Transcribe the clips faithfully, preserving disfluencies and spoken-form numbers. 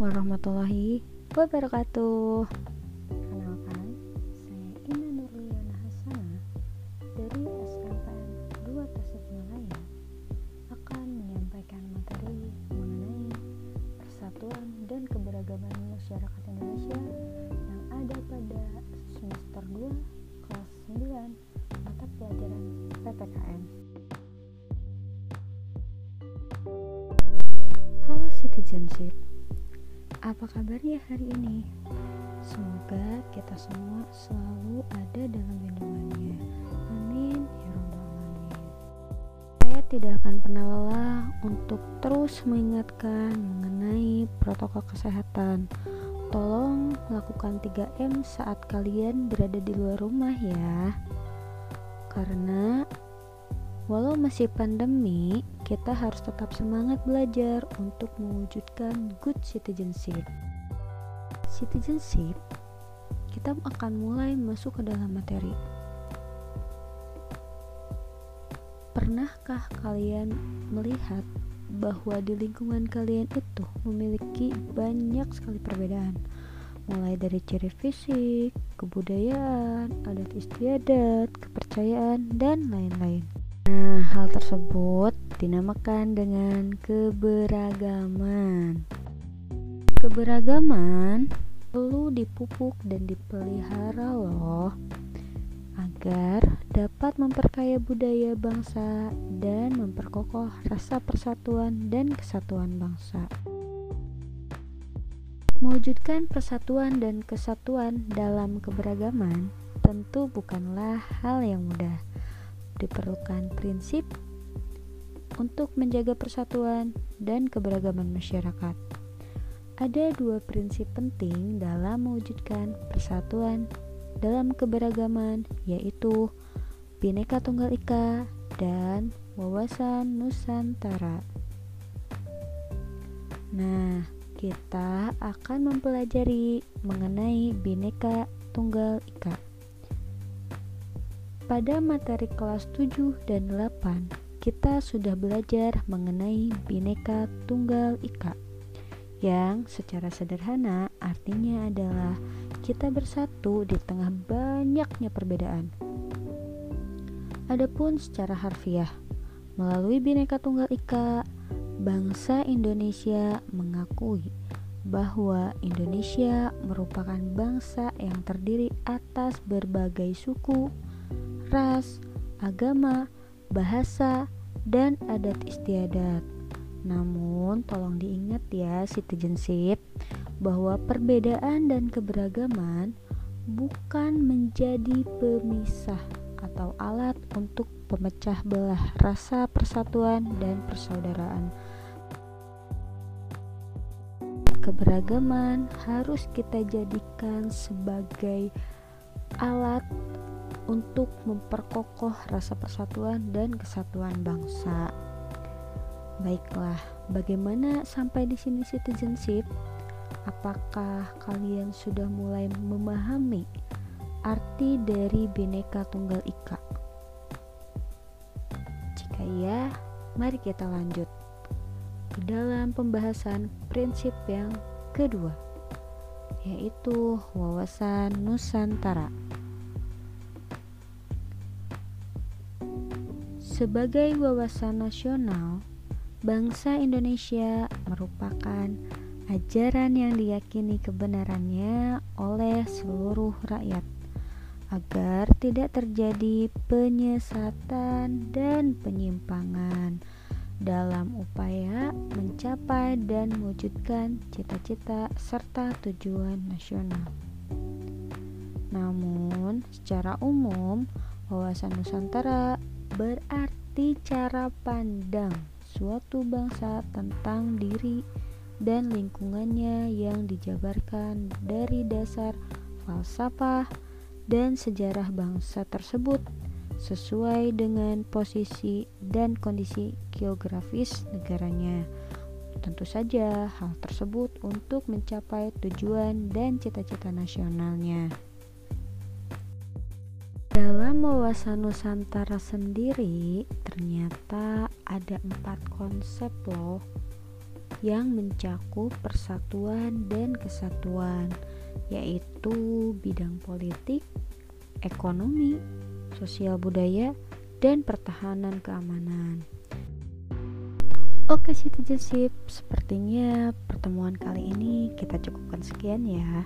warahmatullahi wabarakatuh. Kenalkan, saya Ina Nurliana Hasanah dari S M P N dua Tasikmalaya akan menyampaikan materi mengenai persatuan dan keberagaman masyarakat Indonesia yang ada pada semester dua kelas sembilan mata pelajaran P P K M. Halo Citizenship, apa kabarnya hari ini? Semoga kita semua selalu ada dalam lindungannya. Amin ya rabbal alamin. Saya tidak akan pernah lelah untuk terus mengingatkan mengenai protokol kesehatan. Tolong lakukan tiga M saat kalian berada di luar rumah ya. Karena walau masih pandemi, kita harus tetap semangat belajar untuk mewujudkan good citizenship. Citizenship, kita akan mulai masuk ke dalam materi. Pernahkah kalian melihat bahwa di lingkungan kalian itu memiliki banyak sekali perbedaan? Mulai dari ciri fisik, kebudayaan, adat istiadat, kepercayaan, dan lain-lain. Nah, hal tersebut dinamakan dengan keberagaman. Keberagaman perlu dipupuk dan dipelihara loh, agar dapat memperkaya budaya bangsa dan memperkokoh rasa persatuan dan kesatuan bangsa. Mewujudkan persatuan dan kesatuan dalam keberagaman tentu bukanlah hal yang mudah. Diperlukan prinsip untuk menjaga persatuan dan keberagaman masyarakat. Ada dua prinsip penting dalam mewujudkan persatuan dalam keberagaman, yaitu Bhinneka Tunggal Ika dan wawasan Nusantara. Nah, kita akan mempelajari mengenai Bhinneka Tunggal Ika. Pada materi kelas tujuh dan delapan, kita sudah belajar mengenai Bhinneka Tunggal Ika, yang secara sederhana artinya adalah kita bersatu di tengah banyaknya perbedaan. Adapun secara harfiah, melalui Bhinneka Tunggal Ika, bangsa Indonesia mengakui bahwa Indonesia merupakan bangsa yang terdiri atas berbagai suku, ras, agama, bahasa, dan adat istiadat. Namun, tolong diingat ya citizenship, bahwa perbedaan dan keberagaman bukan menjadi pemisah atau alat untuk pemecah belah rasa persatuan dan persaudaraan. Keberagaman harus kita jadikan sebagai alat untuk memperkokoh rasa persatuan dan kesatuan bangsa. Baiklah, bagaimana sampai di sini citizenship? Apakah kalian sudah mulai memahami arti dari Bhinneka Tunggal Ika? Jika iya, mari kita lanjut ke dalam pembahasan prinsip yang kedua, yaitu wawasan Nusantara. Sebagai wawasan nasional, bangsa Indonesia merupakan ajaran yang diyakini kebenarannya oleh seluruh rakyat, agar tidak terjadi penyesatan dan penyimpangan dalam upaya mencapai dan mewujudkan cita-cita serta tujuan nasional. Namun, secara umum, wawasan Nusantara berarti cara pandang suatu bangsa tentang diri dan lingkungannya yang dijabarkan dari dasar falsafah dan sejarah bangsa tersebut sesuai dengan posisi dan kondisi geografis negaranya. Tentu saja hal tersebut untuk mencapai tujuan dan cita-cita nasionalnya. Dalam wawasan Nusantara sendiri ternyata ada empat konsep loh yang mencakup persatuan dan kesatuan, yaitu bidang politik, ekonomi, sosial budaya, dan pertahanan keamanan. Oke citizenship, sepertinya pertemuan kali ini kita cukupkan sekian ya.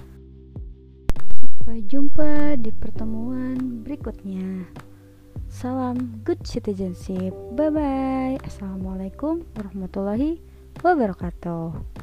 Sampai jumpa di pertemuan berikutnya. Salam good citizenship. Bye bye. Assalamualaikum warahmatullahi wabarakatuh.